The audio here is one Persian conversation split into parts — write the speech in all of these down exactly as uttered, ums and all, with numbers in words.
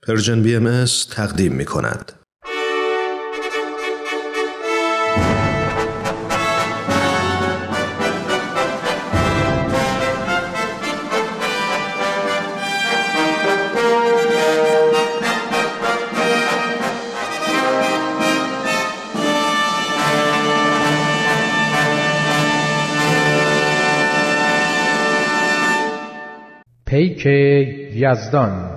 پرژن بی ام اس تقدیم می کند. پیک یزدان،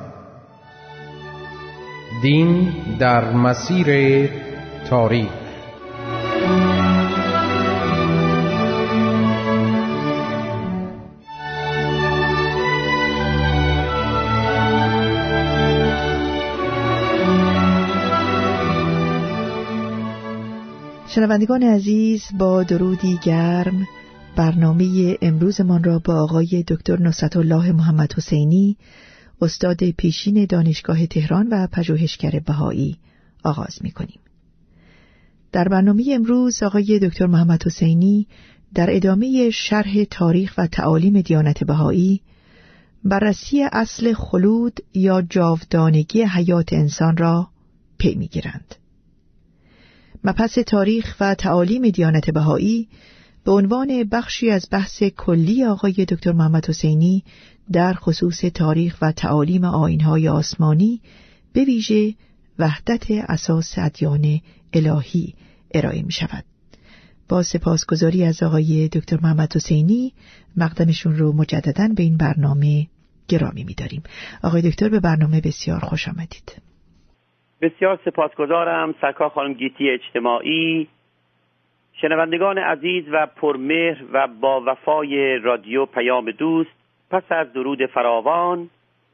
دین در مسیر تاریخ. شنوندگان عزیز، با درودی گرم برنامه امروزمان را با آقای دکتر نصرتالله محمد حسینی، استاد پیشین دانشگاه تهران و پژوهشگر بهایی آغاز می‌کنیم. در برنامه امروز آقای دکتر محمد حسینی در ادامه شرح تاریخ و تعالیم دیانت بهایی، بررسی اصل خلود یا جاودانگی حیات انسان را پی می‌گیرند. مبحث تاریخ و تعالیم دیانت بهایی به عنوان بخشی از بحث کلی آقای دکتر محمد حسینی در خصوص تاریخ و تعالیم آیین‌های آسمانی، به ویژه وحدت اساس ادیان الهی ارائه می شود. با سپاسگزاری از آقای دکتر محمد حسینی، مقدمشون رو مجدداً به این برنامه گرامی می داریم. آقای دکتر، به برنامه بسیار خوش آمدید. بسیار سپاسگزارم سرکار خانم گیتی اجتماعی. شنوندگان عزیز و پرمهر و با وفای رادیو پیام دوست، پس از درود فراوان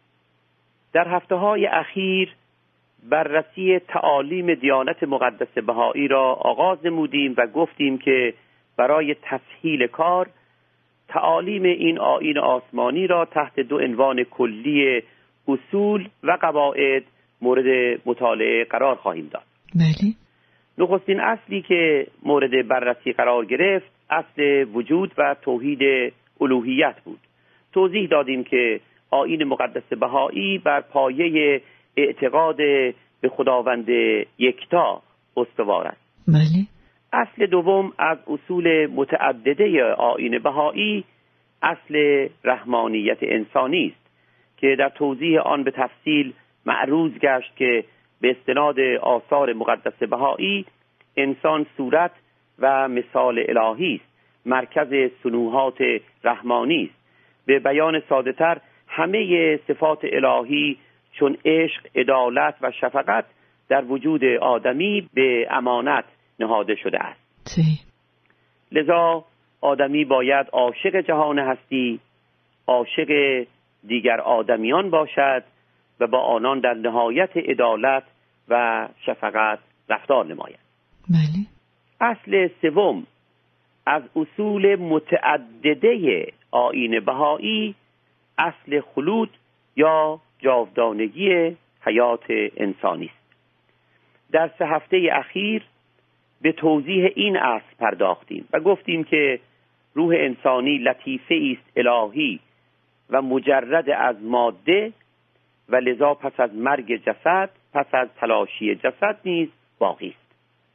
در هفته‌های اخیر بررسی تعالیم دیانت مقدس بهایی را آغاز نمودیم و گفتیم که برای تسهیل کار تعالیم این آیین آسمانی را تحت دو عنوان کلی اصول و قواعد مورد مطالعه قرار خواهیم داد. بله. نخستین اصلی که مورد بررسی قرار گرفت اصل وجود و توحید الوهیت بود. توضیح دادیم که آیین مقدس بهایی بر پایه اعتقاد به خداوند یکتا استوار است. بله. اصل دوم از اصول متعدده آیین بهایی اصل رحمانیت انسانی است که در توضیح آن به تفصیل معروض گشت که به استناد آثار مقدس بهایی انسان صورت و مثال الهی است، مرکز صنوعات رحمانی است. به بیان ساده‌تر، همه صفات الهی چون عشق، عدالت و شفقت در وجود آدمی به امانت نهاده شده است. سی. لذا آدمی باید عاشق جهان هستی، عاشق دیگر آدمیان باشد و با آنان در نهایت عدالت و شفقت رفتار نماید. بله. اصل سوم از اصول متعدده آیین بهایی اصل خلود یا جاودانگی حیات انسانی است. در سه هفته اخیر به توضیح این اصل پرداختیم و گفتیم که روح انسانی لطیفه است الهی و مجرد از ماده و لذا پس از مرگ جسد، پس از تلاشی جسد نیز باقی است.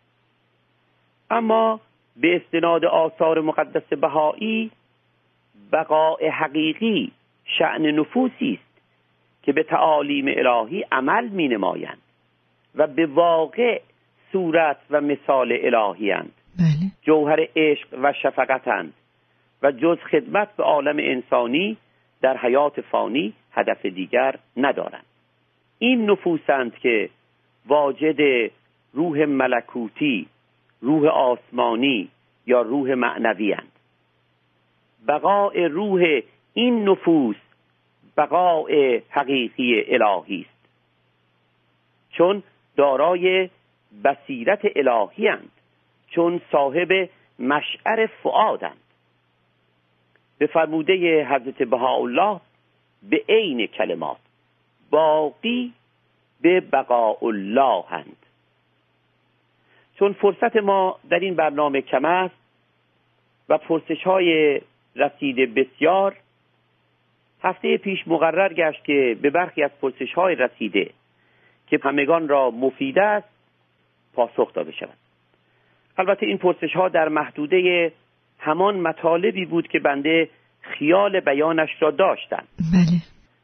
اما به استناد آثار مقدس بهایی بقاء حقیقی شأن نفوسی است که به تعالیم الهی عمل می نمایند و به واقع صورت و مثال الهی اند. بله. جوهر عشق و شفقتند و جز خدمت به عالم انسانی در حیات فانی هدف دیگر ندارند. این نفوسند که واجد روح ملکوتی، روح آسمانی یا روح معنوی اند. بقاء روح این نفوس بقاء حقیقی الهی است، چون دارای بصیرت الهی اند، چون صاحب مشعر فؤادند. به فرموده حضرت بهاءالله به عین کلمات باقی به بقاء الله اند. چون فرصت ما در این برنامه کم است و پرسش های رسیده بسیار، هفته پیش مقرر گشت که به برخی از پرسش های رسیده که همگان را مفید است پاسخ داده شود. البته این پرسش ها در محدوده همان مطالبی بود که بنده خیال بیانش را داشتم. بله.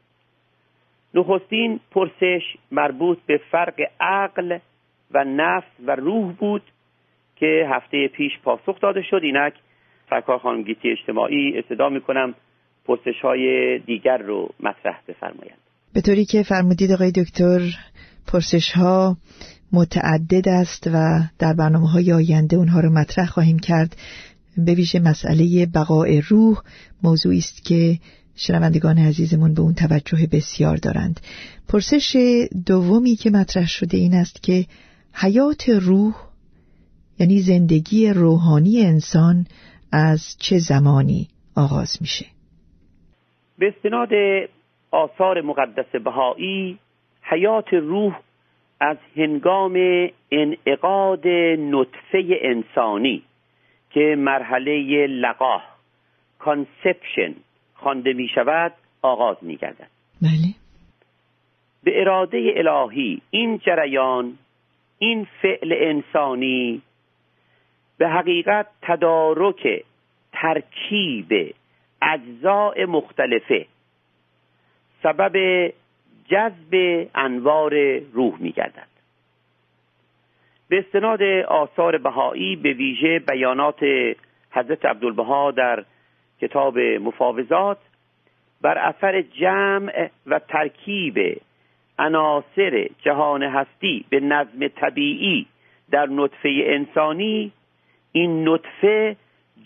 نخستین پرسش مربوط به فرق عقل و نفس و روح بود که هفته پیش پاسخ داده شد. اینک سرکار خانم گیتی اجتماعی استدعا میکنم پرسش های دیگر رو مطرح بفرمایند. به طوری که فرمودید آقای دکتر، پرسش ها متعدد است و در برنامه های آینده اونها رو مطرح خواهیم کرد. به ویژه مسئله بقای روح موضوعی است که شنوندگان عزیزمون به اون توجه بسیار دارند. پرسش دومی که مطرح شده این است که حیات روح یعنی زندگی روحانی انسان از چه زمانی آغاز میشه؟ به استناد آثار مقدس بهایی حیات روح از هنگام انعقاد نطفه انسانی که مرحله لقاح کانسپشن خوانده می شود آغاز می گردد. بله. به اراده الهی این جریان، این فعل انسانی به حقیقت تدارک ترکیب اجزاء مختلفه سبب جذب انوار روح می گردد. به استناد آثار بهایی به ویژه بیانات حضرت عبدالبها در کتاب مفاوضات بر اثر جمع و ترکیب عناصر جهان هستی به نظم طبیعی در نطفه انسانی، این نطفه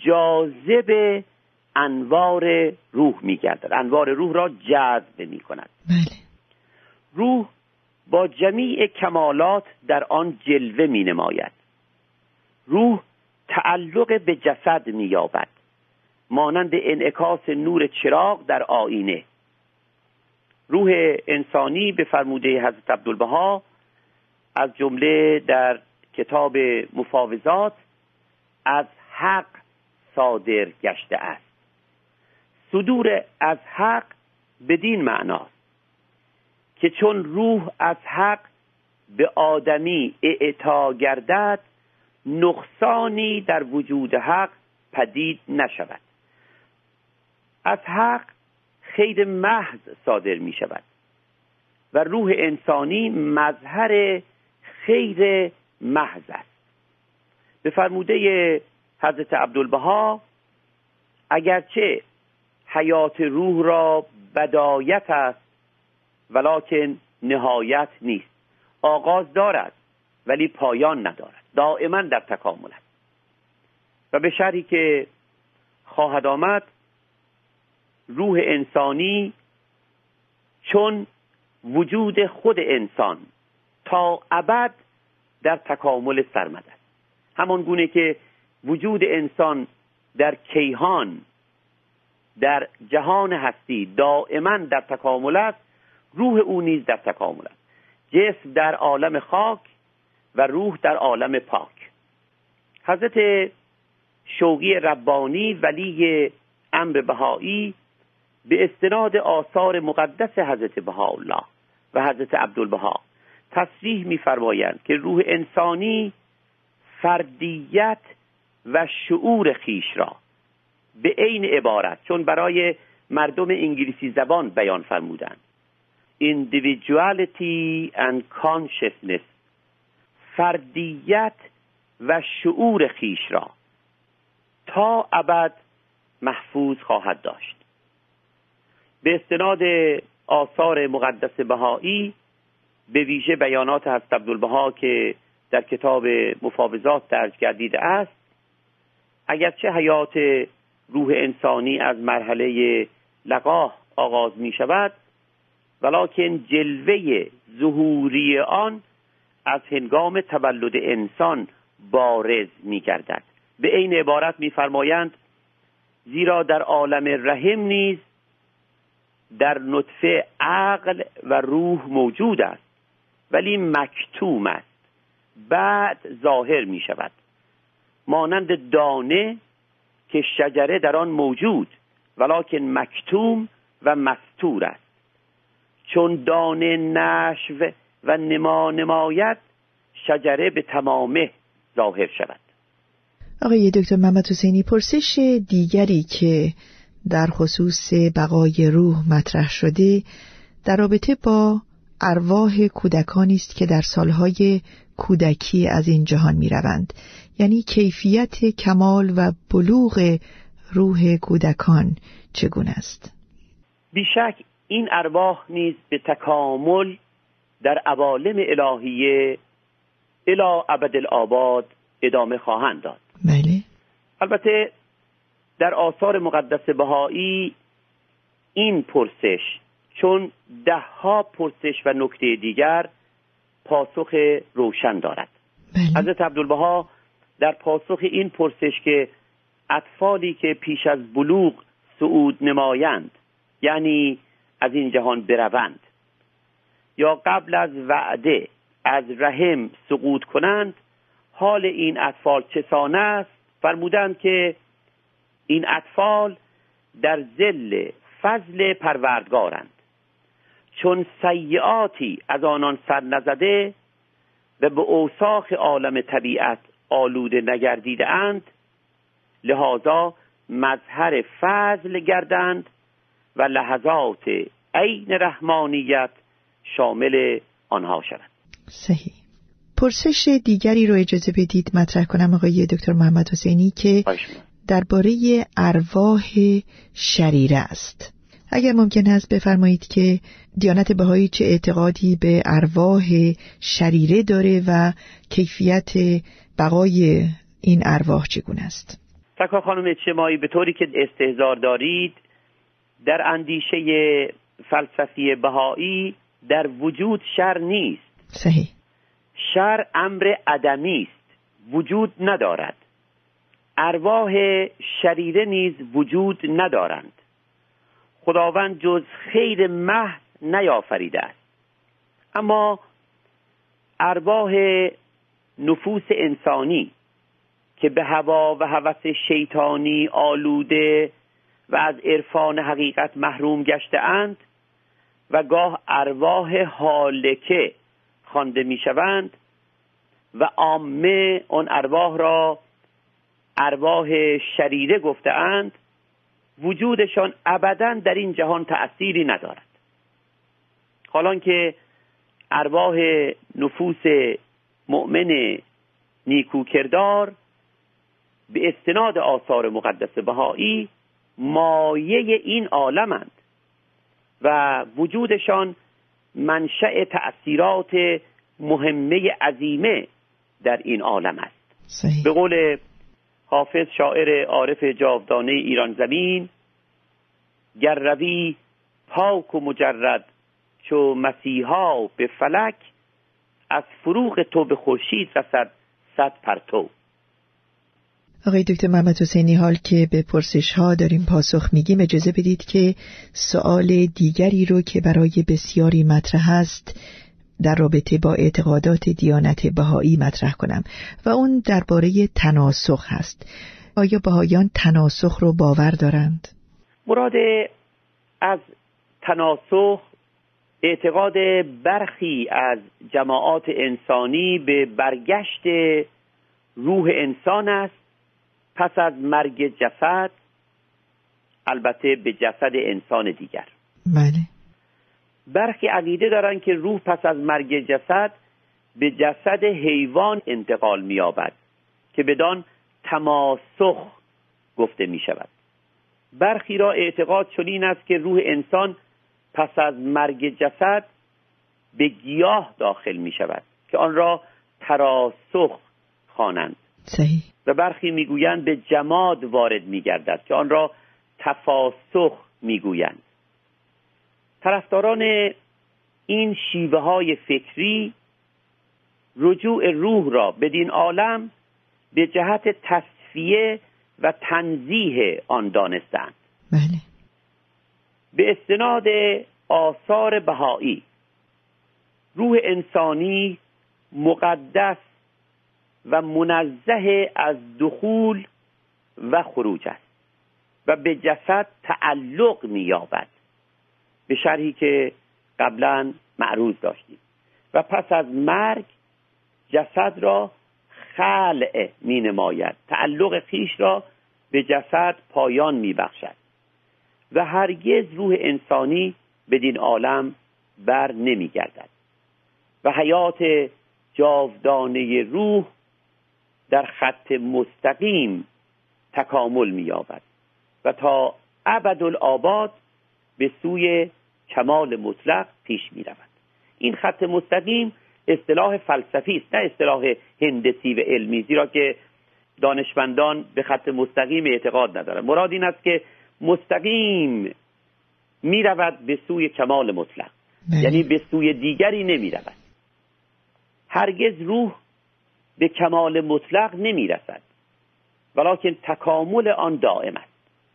جاذب انوار روح می گردد، انوار روح را جذب می کند. بله. روح با جمیع کمالات در آن جلوه می نماید. روح تعلق به جسد می یابد مانند انعکاس نور چراغ در آینه. روح انسانی به فرموده حضرت عبدالبها از جمله در کتاب مفاوضات از حق صادر گشته است. صدور از حق بدین معناست که چون روح از حق به آدمی اعطا گردد نقصانی در وجود حق پدید نشود. از حق خیر محض صادر می شود و روح انسانی مظهر خیر محض است. به فرموده حضرت عبدالبها اگرچه حیات روح را بدایت است ولکن نهایت نیست. آغاز دارد ولی پایان ندارد، دائما در تکامل است. و به شرحی که خواهد آمد روح انسانی چون وجود خود انسان تا ابد در تکامل سرمد است. همان گونه که وجود انسان در کیهان در جهان هستی دائما در تکامل است، روح او نیز در تکامل است. جسم در عالم خاک و روح در عالم پاک. حضرت شوقی ربانی ولی امر بهایی به استناد آثار مقدس حضرت بهاءالله و حضرت عبدالبها تصریح می‌فرمایند که روح انسانی فردیت و شعور خیش را به عین عبارت چون برای مردم انگلیسی زبان بیان فرمودند individuality and consciousness، فردیت و شعور خیش را تا ابد محفوظ خواهد داشت. به استناد آثار مقدس بهایی به ویژه بیانات حضرت عبدالبها که در کتاب مفاوضات درج گردیده است، اگرچه حیات روح انسانی از مرحله لقاح آغاز می شود ولکن جلوه ظهوری آن از هنگام تولد انسان بارز می گردد. به عین عبارت می فرمایند زیرا در عالم رحم نیز در نطفه عقل و روح موجود است ولی مکتوم است، بعد ظاهر می شود مانند دانه که شجره در آن موجود ولکن مکتوم و مستور است. چون دانه نشو و نما نماید شجره به تمامه ظاهر شود. آقای دکتر محمد حسینی، پرسش دیگری که در خصوص بقای روح مطرح شده در رابطه با ارواح کودکانی است که در سالهای کودکی از این جهان می روند. یعنی کیفیت کمال و بلوغ روح کودکان چگونه است؟ بیشک این ارواح نیز به تکامل در عوالم الهیه الی ابدالآباد ادامه خواهند داد. بله. البته در آثار مقدس بهایی این پرسش چون ده ها پرسش و نکته دیگر پاسخ روشن دارد. بله. حضرت عبدالبها در پاسخ این پرسش که اطفالی که پیش از بلوغ صعود نمایند، یعنی از این جهان بروند، یا قبل از وعده از رحم سقوط کنند، حال این اطفال چسان است؟ فرمودند که این اطفال در ظل فضل پروردگارند، چون سیئاتی از آنان سر نزده و به اوساخ عالم طبیعت آلوده نگردیده اند، لذا مظهر فضل گردند و لحظات عین رحمانیت شامل آنها شود. صحیح. پرسش دیگری رو اجازه بدید مطرح کنم آقای دکتر محمد حسینی که درباره ارواح شریره است. اگر ممکن است بفرمایید که دیانت بهایی چه اعتقادی به ارواح شریره داره و کیفیت بقای این ارواح چگونه است؟ سکا خانم اجتماعی، به طوری که استحضار دارید، در اندیشه فلسفی بهایی در وجود شر نیست. صحیح. شر امر عدمی است، وجود ندارد. ارواح شریره نیز وجود ندارند. خداوند جز خیر محض نیافریده است. اما ارواح نفوس انسانی که به هوا و هوس شیطانی آلوده و از عرفان حقیقت محروم گشته اند و گاه ارواح هالکه خوانده می شوند و عامه آن ارواح را ارواح شریره گفته اند، وجودشان ابداً در این جهان تأثیری ندارد. حالان که ارواح نفوس مؤمن نیکو کردار به استناد آثار مقدس بهایی مایه این عالمند و وجودشان منشأ تأثیرات مهمه عظیمه در این عالم است. صحیح. به قول حافظ شاعر عارف جاودانه ایران زمین، گر روی پاک و مجرد چو مسیحا به فلک، از فروغ تو به خورشید رسد صد پرتو. آقای دکتر محمد حسینی، حال که به پرسش ها داریم پاسخ میگیم، اجازه بدید که سوال دیگری رو که برای بسیاری مطرح است در رابطه با اعتقادات دیانت بهایی مطرح کنم و اون درباره تناسخ هست. آیا بهاییان تناسخ رو باور دارند؟ مراد از تناسخ اعتقاد برخی از جماعات انسانی به برگشت روح انسان است پس از مرگ جسد، البته به جسد انسان دیگر. بله. برخی عقیده دارند که روح پس از مرگ جسد به جسد حیوان انتقال می‌یابد که بدان تماسخ گفته می شود. برخی را اعتقاد چنین است که روح انسان پس از مرگ جسد به گیاه داخل می شود که آن را تراسخ خوانند. صحیح. و برخی می گویند به جماد وارد می گردد که آن را تفاسخ می گویند. طرفداران این شیوه های فکری رجوع روح را بدین عالم به جهت تصفیه و تنزیه آن دانستند. بله. به استناد آثار بهایی روح انسانی مقدس و منزه از دخول و خروج است و به جسد تعلق می‌یابد، به شرحی که قبلا معروض داشتیم. و پس از مرگ جسد را خلع می نماید، تعلق خیش را به جسد پایان می بخشد و هرگز روح انسانی بدین عالم بر نمی گردد و حیات جاودانه روح در خط مستقیم تکامل می یابد و تا ابدالآباد به سوی کمال مطلق پیش می رود. این خط مستقیم اصطلاح فلسفی است، نه اصطلاح هندسی و علمی، زیرا که دانشمندان به خط مستقیم اعتقاد ندارند. مراد این است که مستقیم می رود به سوی کمال مطلق، یعنی به سوی دیگری نمی رود. هرگز روح به کمال مطلق نمی رسد، ولکن تکامل آن دائم است.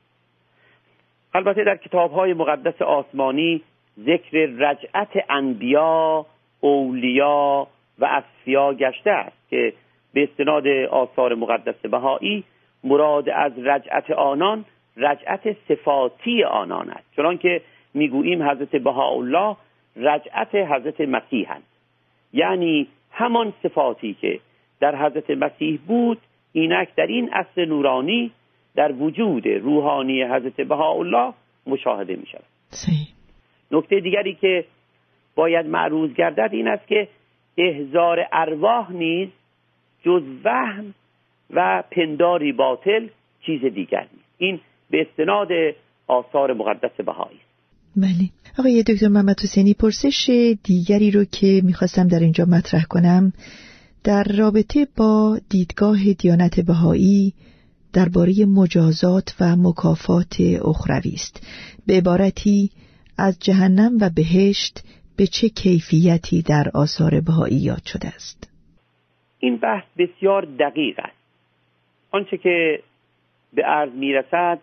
البته در کتاب‌های مقدس آسمانی ذکر رجعت انبیا، اولیا و اصفیا گشته است که به استناد آثار مقدس بهایی مراد از رجعت آنان رجعت صفاتی آنان است، چنان که میگوییم حضرت بهاءالله رجعت حضرت مسیح است، یعنی همان صفاتی که در حضرت مسیح بود اینک در این اصل نورانی در وجود روحانی حضرت بهاءالله مشاهده می شود. نکته دیگری که باید معروض گردد این است که احضار ارواح نیز جز وهم و پنداری باطل چیز دیگر نیست. این به استناد آثار مقدس بهایی است. بله. آقای دکتر محمد حسینی، پرسش دیگری رو که میخواستم در اینجا مطرح کنم در رابطه با دیدگاه دیانت بهایی درباره مجازات و مکافات اخروی است. به عبارتی از جهنم و بهشت به چه کیفیتی در آثار بهایی یاد شده است؟ این بحث بسیار دقیق است. آنچه که به عرض میرسد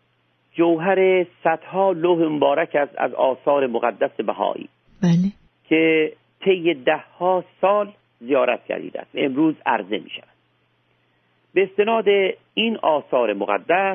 جوهر صدها لوح مبارک است از آثار مقدس بهایی. بله. که طی ده ها سال زیارت گردیده است. امروز عرضه می شود. به استناد این آثار مقدس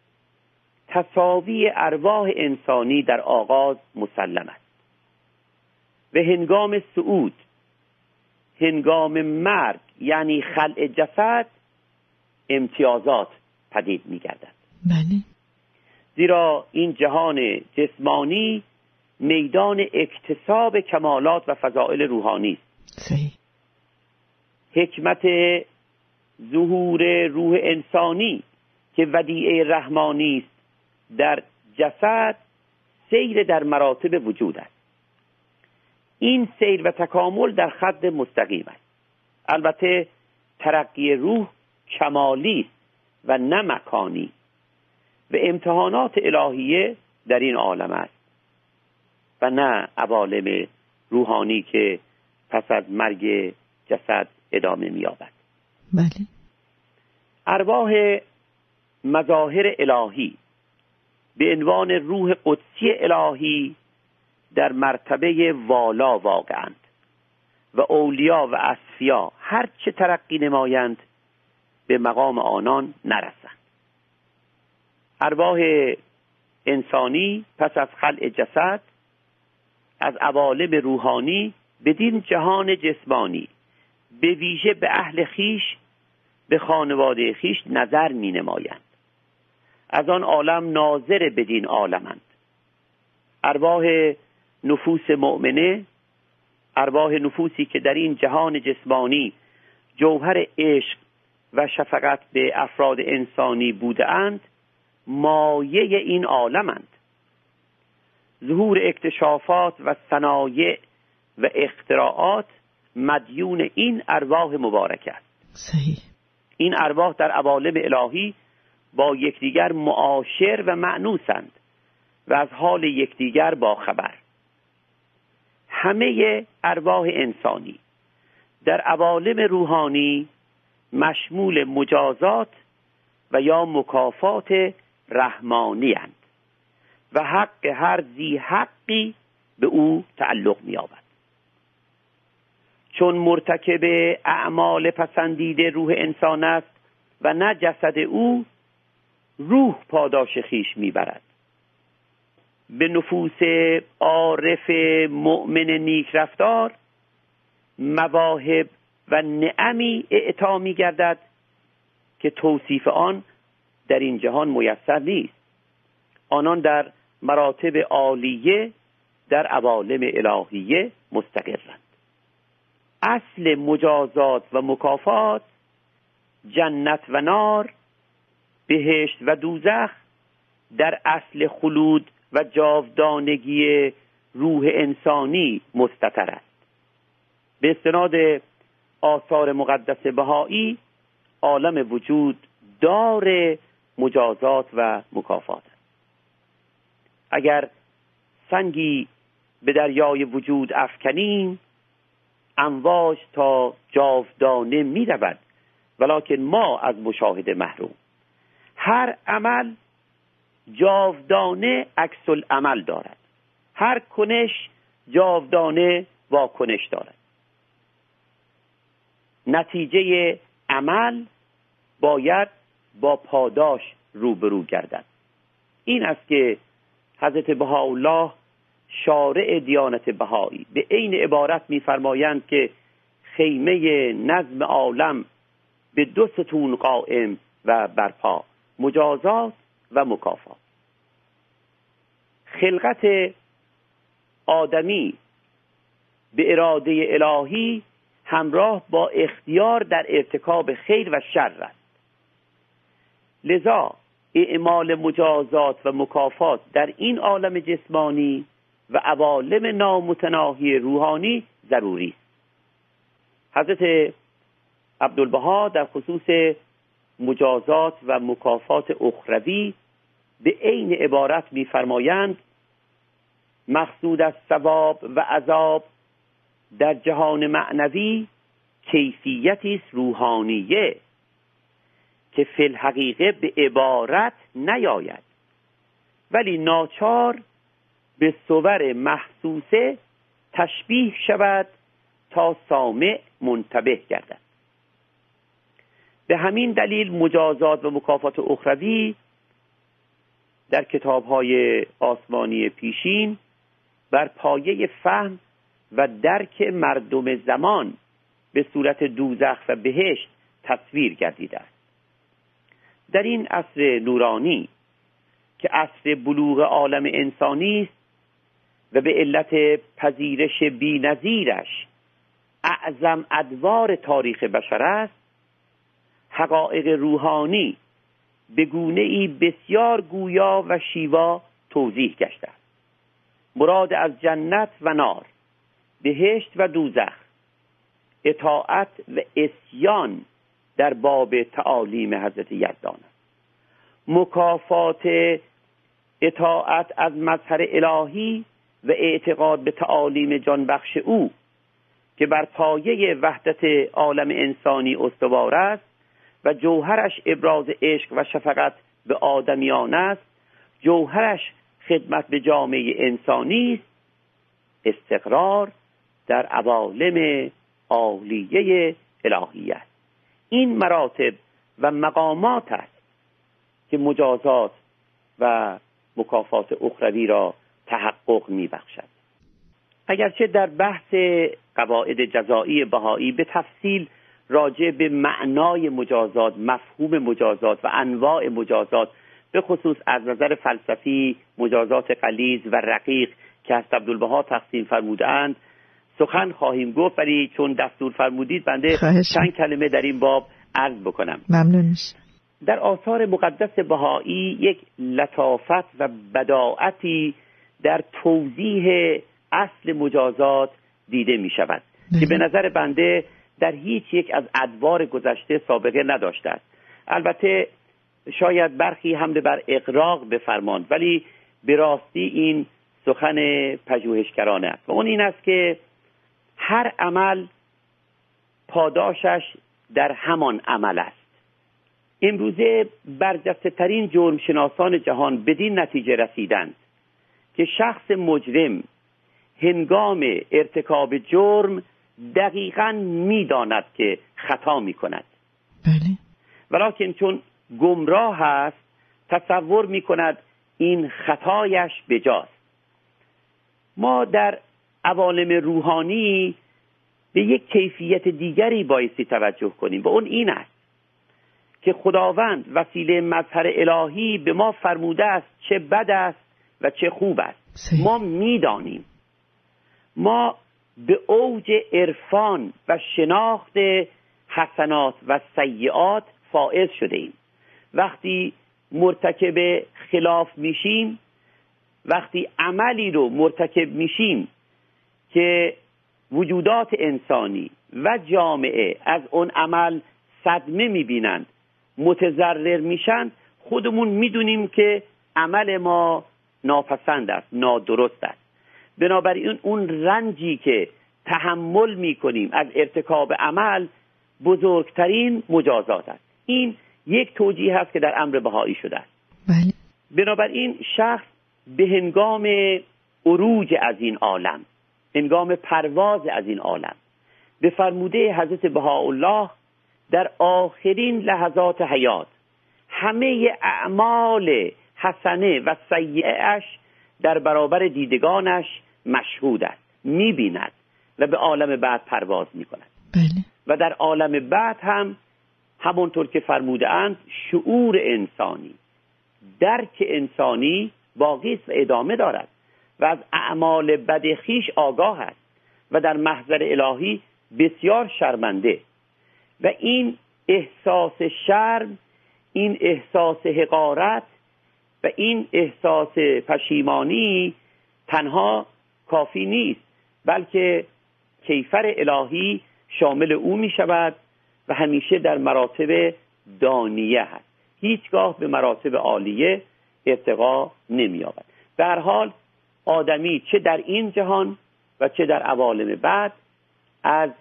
تساوی ارواح انسانی در آغاز مسلم است و هنگام صعود، هنگام مرگ یعنی خلع جسد امتیازات پدید می گردد. بله. زیرا این جهان جسمانی میدان اکتساب کمالات و فضائل روحانی است. صحیح. حکمت ظهور روح انسانی که ودیعه رحمانی است در جسد سیر در مراتب وجود است. این سیر و تکامل در خط مستقیم است. البته ترقی روح کمالی است و نه مکانی و امتحانات الهیه در این عالم است و نه عوالم روحانی که پس از مرگ جسد ادامه می‌یابد. بله. ارواح مظاهر الهی به عنوان روح قدسی الهی در مرتبه والا واقعند و اولیا و اصفیا هر چه ترقی نمایند به مقام آنان نرسند. ارواح انسانی پس از خلع جسد از عوالم روحانی بدین جهان جسمانی به ویژه به اهل خیش، به خانواده خیش نظر می نمایند. از آن عالم ناظر بدین عالمند. ارواح نفوس مؤمنه، ارواح نفوسی که در این جهان جسمانی جوهر عشق و شفقت به افراد انسانی بوده اند، مایه این عالمند. ظهور اکتشافات و صنایع و اختراعات مدیون این ارواح مبارک است. صحیح. این ارواح در عوالم الهی با یکدیگر معاشر و مأنوسند و از حال یکدیگر با خبر. همه ارواح انسانی در عوالم روحانی مشمول مجازات و یا مکافات رحمانی اند و حق هر ذی حقی به او تعلق می‌یابد. چون مرتکب اعمال پسندیده روح انسان است و نه جسد او، روح پاداش خیش میبرد. به نفوس عارف مؤمن نیک رفتار مواهب و نعمی اعطا می گردد که توصیف آن در این جهان میسر نیست. آنان در مراتب عالیه در عوالم الهیه مستقرند. اصل مجازات و مکافات جنت و نار، بهشت و دوزخ در اصل خلود و جاودانگی روح انسانی مستتر است. به استناد آثار مقدس بهایی عالم وجود دار مجازات و مکافات است. اگر سنگی به دریای وجود افکنیم امواج تا جاودانه می رود، ولکن ما از مشاهده محروم. هر عمل جاودانه عکس العمل دارد، هر کنش جاودانه واکنش دارد. نتیجه عمل باید با پاداش روبرو گردد. این است که حضرت بهاءالله شارع دیانت بهایی به عین عبارت می‌فرمایند که خیمه نظم عالم به دو ستون قائم و برپا، مجازات و مکافات. خلقت آدمی به اراده الهی همراه با اختیار در ارتکاب خیر و شر است. لذا اعمال مجازات و مکافات در این عالم جسمانی و عوالم نامتناهی روحانی ضروری است. حضرت عبدالبها در خصوص مجازات و مکافات اخروی به عین عبارت می‌فرمایند مقصود از ثواب و عذاب در جهان معنوی کیفیتی است روحانیه که فی الحقیقه به عبارت نیاید، ولی ناچار به صور محسوسه تشبیه شود تا سامع منتبه گردد. به همین دلیل مجازات و مکافات اخروی در کتاب‌های آسمانی پیشین بر پایه فهم و درک مردم زمان به صورت دوزخ و بهشت تصویر گردیده است. در این عصر نورانی که عصر بلوغ عالم انسانی است و به علت پذیرش بی‌نظیرش اعظم ادوار تاریخ بشر است، حقایق روحانی به گونه‌ای بسیار گویا و شیوا توضیح گشته است. مراد از جنت و نار، بهشت و دوزخ، اطاعت و عصیان در باب تعالیم حضرت یزدان است. مکافات اطاعت از مظهر الهی و اعتقاد به تعالیم جانبخش او که بر پایه وحدت عالم انسانی استوار است و جوهرش ابراز عشق و شفقت به آدمیان است، جوهرش خدمت به جامعه انسانی است، استقرار در عوالم عالیه الهی است. این مراتب و مقامات است که مجازات و مکافات اخروی را تحقق می بخشد. اگرچه در بحث قواعد جزایی بهایی به تفصیل راجع به معنای مجازات، مفهوم مجازات و انواع مجازات، به خصوص از نظر فلسفی مجازات غلیظ و رقیق که از عبدالبها تقسیم فرمودند سخن خواهیم گفت، ولی چون دستور فرمودید بنده چند کلمه در این باب عرض بکنم. ممنون. در آثار مقدس بهایی یک لطافت و بداعتی در توضیح اصل مجازات دیده می شود که به نظر بنده در هیچ یک از ادوار گذشته سابقه نداشته است. البته شاید برخی حمله بر اغراق بفرماند، ولی به راستی این سخن پژوهشگرانه است و اون این است که هر عمل پاداشش در همان عمل است. امروزه برجسته ترین جرم شناسان جهان بدین نتیجه رسیدند که شخص مجرم هنگام ارتکاب جرم دقیقاً می‌داند که خطا می‌کند، بله، ولکن چون گمراه است تصور می‌کند این خطایش بجاست. ما در عوالم روحانی به به یک کیفیت دیگری بایستی توجه کنیم و اون این است که خداوند وسیله مظهر الهی به ما فرموده است چه بد است و چه خوب است. صحیح. ما میدانیم، ما به اوج عرفان و شناخت حسنات و سیئات فائز شده ایم. وقتی مرتکب خلاف میشیم، وقتی عملی رو مرتکب میشیم که وجودات انسانی و جامعه از اون عمل صدمه میبینند، متضرر میشن، خودمون میدونیم که عمل ما ناپسند است، نادرست است. بنابراین اون رنجی که تحمل میکنیم از ارتکاب عمل بزرگترین مجازات است. این یک توجیه هست که در امر بهایی شده است. بله. بنابراین شخص به هنگام عروج از این عالم، هنگام پرواز از این عالم، به فرموده حضرت بهاءالله در آخرین لحظات حیات همه اعمال حسنه و سیئه‌اش در برابر دیدگانش مشهود است، می‌بیند و به عالم بعد پرواز می‌کند. بله. و در عالم بعد هم همونطور که فرموده اند شعور انسانی، درک انسانی باقی است و ادامه دارد و از اعمال بد خویش آگاه است و در محضر الهی بسیار شرمنده. و این احساس شرم، این احساس حقارت و این احساس پشیمانی تنها کافی نیست، بلکه کیفر الهی شامل او می شود و همیشه در مراتب دانیه هست، هیچگاه به مراتب عالیه ارتقا نمی یابد. به هر حال آدمی چه در این جهان و چه در عوالم بعد از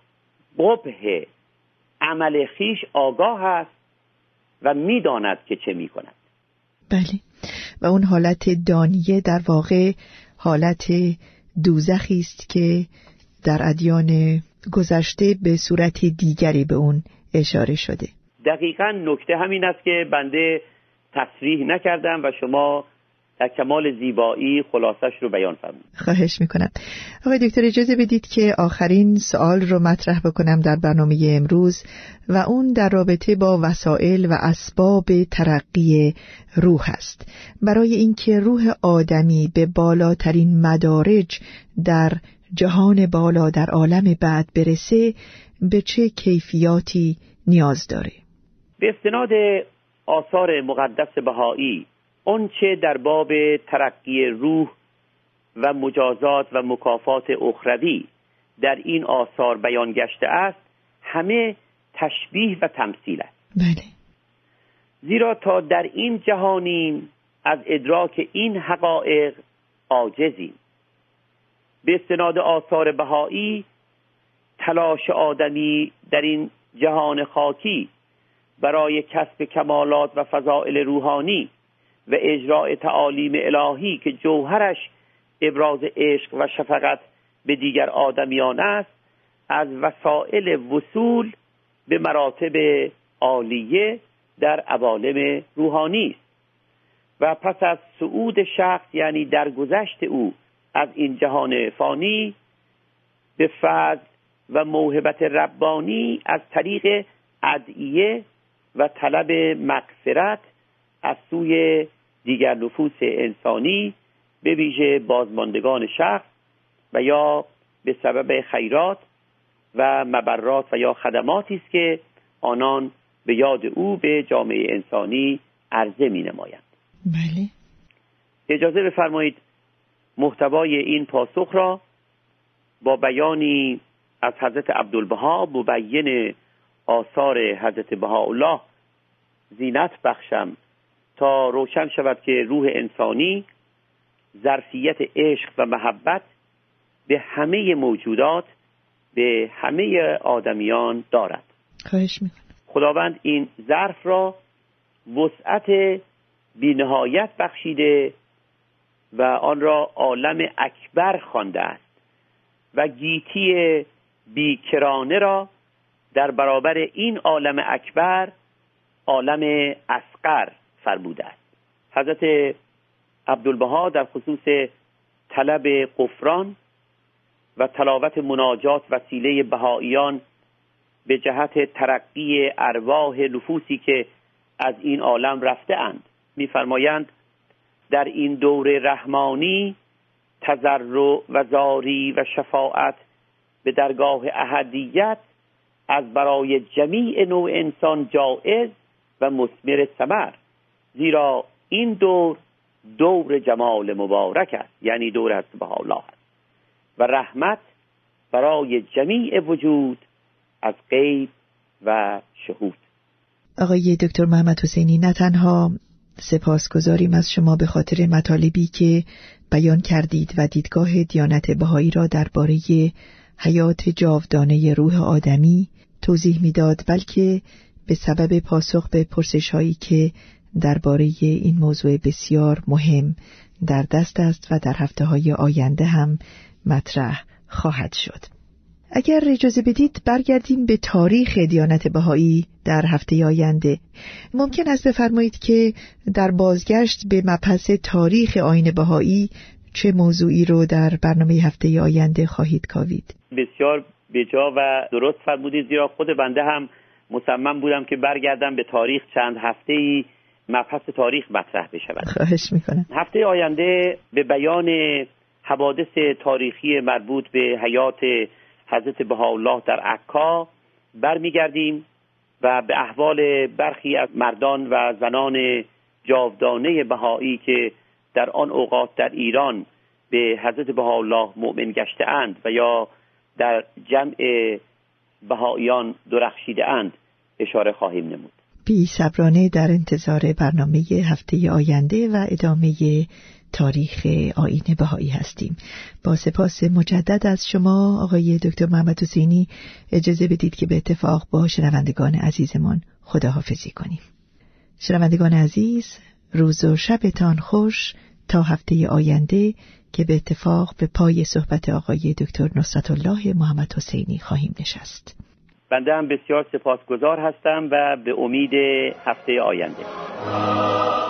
قبح عمل خیش آگاه است و می داند که چه می کند. بله. و اون حالت دانیه در واقع حالت دوزخی است که در ادیان گذشته به صورت دیگری به اون اشاره شده. دقیقاً نکته همین است که بنده تصریح نکردم و شما در کمال زیبایی خلاصش رو بیان فرمودید. خواهش میکنم. آقای دکتر اجازه بدید که آخرین سوال رو مطرح بکنم در برنامه امروز و اون در رابطه با وسایل و اسباب ترقی روح است. برای اینکه روح آدمی به بالاترین مدارج در جهان بالا در عالم بعد برسه به چه کیفیاتی نیاز داره؟ به استناد آثار مقدس بهایی اون چه در باب ترقی روح و مجازات و مکافات اخروی در این آثار بیان گشته است همه تشبیه و تمثیل است. بله. زیرا تا در این جهانیم از ادراک این حقایق عاجزیم. به استناد آثار بهایی تلاش آدمی در این جهان خاکی برای کسب کمالات و فضائل روحانی و اجراء تعالیم الهی که جوهرش ابراز عشق و شفقت به دیگر آدمیان است، از وسائل وصول به مراتب عالیه در عوالم روحانی است و پس از صعود شخص، یعنی درگذشت او از این جهان فانی، به فضل و موهبت ربانی از طریق ادعیه و طلب مغفرت از سوی دیگر نفوس انسانی به ویژه بازماندگان شخص و یا به سبب خیرات و مبرات و یا خدماتی است که آنان به یاد او به جامعه انسانی عرضه می نمایند. بله. اجازه بفرمایید محتوای این پاسخ را با بیانی از حضرت عبدالبها مبین آثار حضرت بهاءالله زینت بخشم تا روشن شود که روح انسانی ظرفیت عشق و محبت به همه موجودات، به همه آدمیان دارد. خواهش میکنم. خداوند این ظرف را وسعت بی‌نهایت بخشیده و آن را عالم اکبر خوانده است و گیتی بیکرانه را در برابر این عالم اکبر عالم اصغر فرموده است. حضرت عبدالبها در خصوص طلب غفران و تلاوت مناجات وسیله بهائیان به جهت ترقی ارواح نفوسی که از این عالم رفته اند. می‌فرمایند در این دور رحمانی تضرع و زاری و شفاعت به درگاه احدیت از برای جمیع نوع انسان جایز و مثمر ثمر، زیرا این دور دور جمال مبارک است، یعنی دور حضرت بهاءالله است و رحمت برای جمیع وجود از غیب و شهود. آقای دکتر محمد حسینی، نه تنها سپاسگزاریم از شما به خاطر مطالبی که بیان کردید و دیدگاه دیانت بهایی را درباره حیات جاودانه روح آدمی توضیح میداد، بلکه به سبب پاسخ به پرسش‌هایی که درباره این موضوع بسیار مهم در دست است و در هفته‌های آینده هم مطرح خواهد شد. اگر اجازه بدید برگردیم به تاریخ دیانت بهایی در هفته آینده. ممکن است بفرمایید که در بازگشت به مبحث تاریخ آیین بهایی چه موضوعی رو در برنامه هفته آینده خواهید کاوید؟ بسیار بجا و درست فرمودید، زیرا خود بنده هم مصمم بودم که برگردم به تاریخ چند هفته‌ای مبحث تاریخ مطرح بشود. خواهش میکنم. هفته آینده به بیان حوادث تاریخی مربوط به حیات حضرت بهاءالله در عکا برمیگردیم و به احوال برخی از مردان و زنان جاودانه بهایی که در آن اوقات در ایران به حضرت بهاءالله مؤمن گشته اند و یا در جمع بهاییان درخشیده اند اشاره خواهیم نمود. بی صبرانه در انتظار برنامه هفته آینده و ادامه تاریخ آیین بهایی هستیم. با سپاس مجدد از شما آقای دکتر محمد حسینی، اجازه بدید که به اتفاق با شنوندگان عزیزمان خداحافظی کنیم. شنوندگان عزیز، روز و شبتان خوش تا هفته آینده که به اتفاق به پای صحبت آقای دکتر نصرت الله محمد حسینی خواهیم نشست. بنده هم بسیار سپاسگزار هستم و به امید هفته آینده.